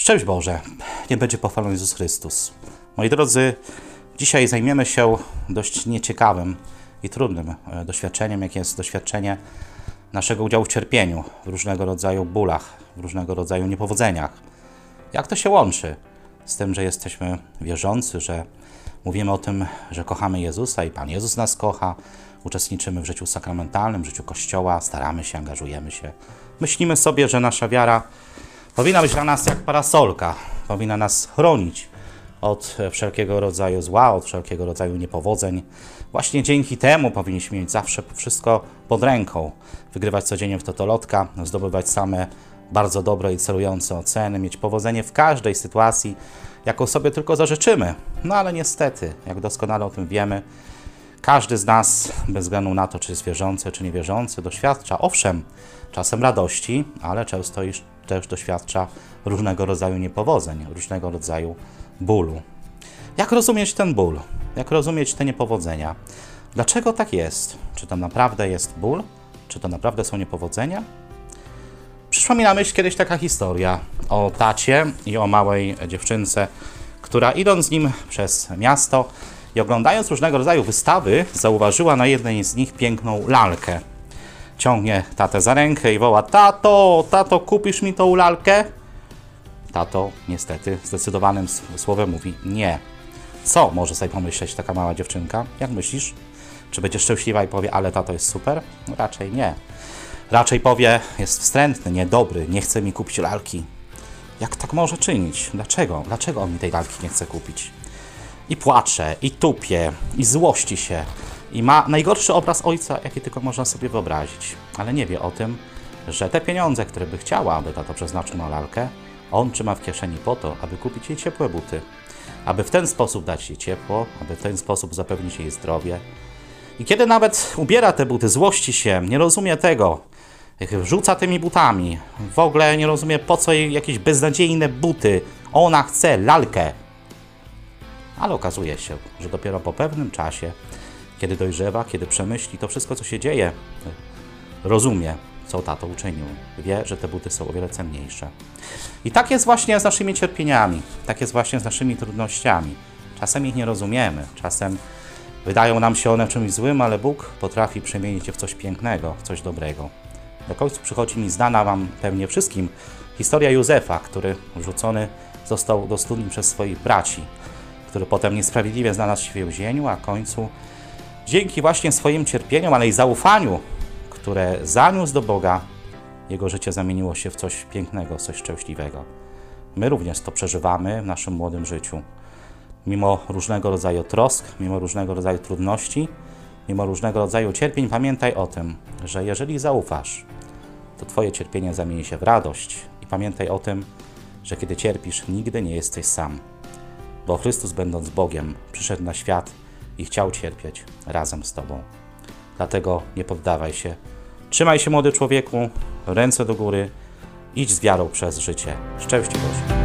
Szczęść Boże, nie będzie pochwalony Jezus Chrystus. Moi drodzy, dzisiaj zajmiemy się dość nieciekawym i trudnym doświadczeniem, jakim jest doświadczenie naszego udziału w cierpieniu, w różnego rodzaju bólach, w różnego rodzaju niepowodzeniach. Jak to się łączy z tym, że jesteśmy wierzący, że mówimy o tym, że kochamy Jezusa i Pan Jezus nas kocha, uczestniczymy w życiu sakramentalnym, w życiu Kościoła, staramy się, angażujemy się. Myślimy sobie, że nasza wiara powinna być dla nas jak parasolka, powinna nas chronić od wszelkiego rodzaju zła, od wszelkiego rodzaju niepowodzeń. Właśnie dzięki temu powinniśmy mieć zawsze wszystko pod ręką, wygrywać codziennie w totolotka, zdobywać same bardzo dobre i celujące oceny, mieć powodzenie w każdej sytuacji, jaką sobie tylko zażyczymy. No ale niestety, jak doskonale o tym wiemy, każdy z nas, bez względu na to, czy jest wierzący, czy niewierzący, doświadcza, owszem, czasem radości, ale często też doświadcza różnego rodzaju niepowodzeń, różnego rodzaju bólu. Jak rozumieć ten ból? Jak rozumieć te niepowodzenia? Dlaczego tak jest? Czy to naprawdę jest ból? Czy to naprawdę są niepowodzenia? Przyszła mi na myśl kiedyś taka historia o tacie i o małej dziewczynce, która idąc z nim przez miasto i oglądając różnego rodzaju wystawy, zauważyła na jednej z nich piękną lalkę. Ciągnie tatę za rękę i woła: tato, tato, kupisz mi tą lalkę? Tato niestety zdecydowanym słowem mówi nie. Co może sobie pomyśleć taka mała dziewczynka? Jak myślisz? Czy będzie szczęśliwa i powie: ale tato jest super? No raczej nie. Raczej powie: jest wstrętny, niedobry, nie chce mi kupić lalki. Jak tak może czynić? Dlaczego? Dlaczego on mi tej lalki nie chce kupić? I płacze, i tupie, i złości się. I ma najgorszy obraz ojca, jaki tylko można sobie wyobrazić. Ale nie wie o tym, że te pieniądze, które by chciała, aby tato przeznaczył na lalkę, on trzyma w kieszeni po to, aby kupić jej ciepłe buty. Aby w ten sposób dać jej ciepło, aby w ten sposób zapewnić jej zdrowie. I kiedy nawet ubiera te buty, złości się, nie rozumie tego, rzuca tymi butami, w ogóle nie rozumie, po co jej jakieś beznadziejne buty. Ona chce lalkę. Ale okazuje się, że dopiero po pewnym czasie, kiedy dojrzewa, kiedy przemyśli to wszystko, co się dzieje, rozumie, co tato uczynił. Wie, że te buty są o wiele cenniejsze. I tak jest właśnie z naszymi cierpieniami, tak jest właśnie z naszymi trudnościami. Czasem ich nie rozumiemy, czasem wydają nam się one czymś złym, ale Bóg potrafi przemienić je w coś pięknego, w coś dobrego. Do końca przychodzi mi znana wam pewnie wszystkim historia Józefa, który rzucony został do studni przez swoich braci, który potem niesprawiedliwie znalazł się w więzieniu, a w końcu dzięki właśnie swoim cierpieniom, ale i zaufaniu, które zaniósł do Boga, jego życie zamieniło się w coś pięknego, coś szczęśliwego. My również to przeżywamy w naszym młodym życiu. Mimo różnego rodzaju trosk, mimo różnego rodzaju trudności, mimo różnego rodzaju cierpień, pamiętaj o tym, że jeżeli zaufasz, to twoje cierpienie zamieni się w radość. I pamiętaj o tym, że kiedy cierpisz, nigdy nie jesteś sam. Bo Chrystus, będąc Bogiem, przyszedł na świat i chciał cierpieć razem z tobą. Dlatego nie poddawaj się. Trzymaj się, młody człowieku, ręce do góry, idź z wiarą przez życie. Szczęść Boże.